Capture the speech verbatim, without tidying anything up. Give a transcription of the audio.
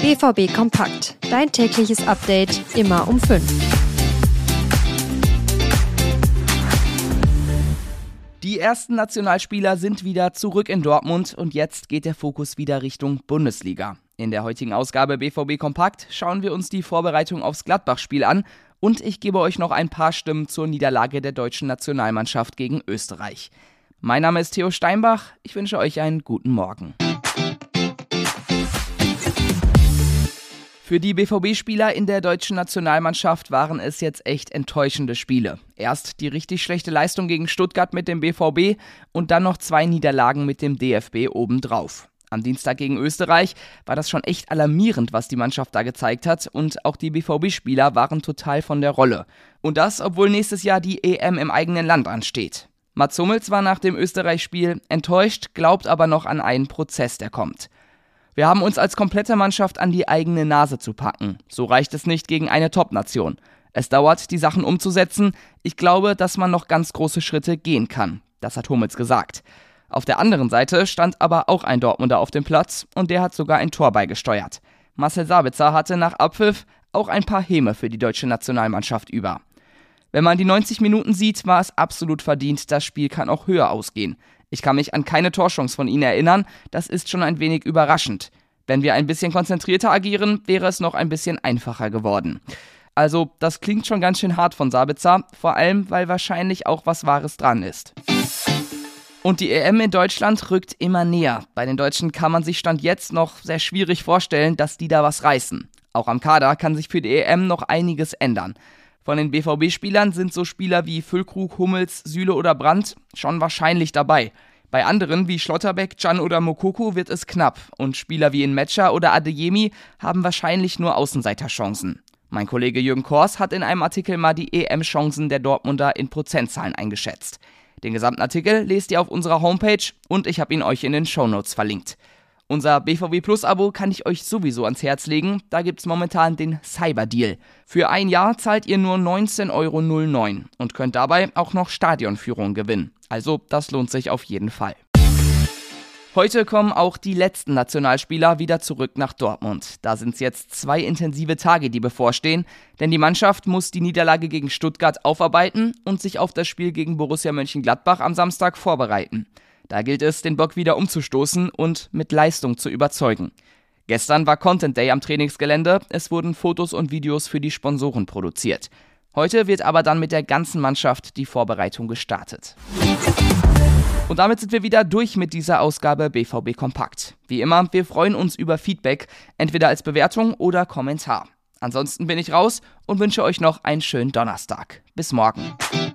B V B Kompakt. Dein tägliches Update immer um fünf. Die ersten Nationalspieler sind wieder zurück in Dortmund und jetzt geht der Fokus wieder Richtung Bundesliga. In der heutigen Ausgabe B V B Kompakt schauen wir uns die Vorbereitung aufs Gladbach-Spiel an und ich gebe euch noch ein paar Stimmen zur Niederlage der deutschen Nationalmannschaft gegen Österreich. Mein Name ist Theo Steinbach, ich wünsche euch einen guten Morgen. Für die B V B-Spieler in der deutschen Nationalmannschaft waren es jetzt echt enttäuschende Spiele. Erst die richtig schlechte Leistung gegen Stuttgart mit dem B V B und dann noch zwei Niederlagen mit dem D F B obendrauf. Am Dienstag gegen Österreich war das schon echt alarmierend, was die Mannschaft da gezeigt hat und auch die B V B-Spieler waren total von der Rolle. Und das, obwohl nächstes Jahr die E M im eigenen Land ansteht. Mats Hummels war nach dem Österreich-Spiel enttäuscht, glaubt aber noch an einen Prozess, der kommt. Wir haben uns als komplette Mannschaft an die eigene Nase zu packen. So reicht es nicht gegen eine Top-Nation. Es dauert, die Sachen umzusetzen. Ich glaube, dass man noch ganz große Schritte gehen kann. Das hat Hummels gesagt. Auf der anderen Seite stand aber auch ein Dortmunder auf dem Platz und der hat sogar ein Tor beigesteuert. Marcel Sabitzer hatte nach Abpfiff auch ein paar Häme für die deutsche Nationalmannschaft über. Wenn man die neunzig Minuten sieht, war es absolut verdient, das Spiel kann auch höher ausgehen. Ich kann mich an keine Torchance von ihnen erinnern, das ist schon ein wenig überraschend. Wenn wir ein bisschen konzentrierter agieren, wäre es noch ein bisschen einfacher geworden. Also, das klingt schon ganz schön hart von Sabitzer, vor allem, weil wahrscheinlich auch was Wahres dran ist. Und die E M in Deutschland rückt immer näher. Bei den Deutschen kann man sich Stand jetzt noch sehr schwierig vorstellen, dass die da was reißen. Auch am Kader kann sich für die E M noch einiges ändern. Von den B V B-Spielern sind so Spieler wie Füllkrug, Hummels, Süle oder Brandt schon wahrscheinlich dabei. Bei anderen wie Schlotterbeck, Can oder Moukoko wird es knapp und Spieler wie Nmecha oder Adeyemi haben wahrscheinlich nur Außenseiterchancen. Mein Kollege Jürgen Kors hat in einem Artikel mal die E M-Chancen der Dortmunder in Prozentzahlen eingeschätzt. Den gesamten Artikel lest ihr auf unserer Homepage und ich habe ihn euch in den Shownotes verlinkt. Unser B V B Plus Abo kann ich euch sowieso ans Herz legen, da gibt's momentan den Cyber-Deal. Für ein Jahr zahlt ihr nur neunzehn Euro neun und könnt dabei auch noch Stadionführung gewinnen. Also das lohnt sich auf jeden Fall. Heute kommen auch die letzten Nationalspieler wieder zurück nach Dortmund. Da sind es jetzt zwei intensive Tage, die bevorstehen, denn die Mannschaft muss die Niederlage gegen Stuttgart aufarbeiten und sich auf das Spiel gegen Borussia Mönchengladbach am Samstag vorbereiten. Da gilt es, den Bock wieder umzustoßen und mit Leistung zu überzeugen. Gestern war Content Day am Trainingsgelände, es wurden Fotos und Videos für die Sponsoren produziert. Heute wird aber dann mit der ganzen Mannschaft die Vorbereitung gestartet. Und damit sind wir wieder durch mit dieser Ausgabe B V B Kompakt. Wie immer, wir freuen uns über Feedback, entweder als Bewertung oder Kommentar. Ansonsten bin ich raus und wünsche euch noch einen schönen Donnerstag. Bis morgen.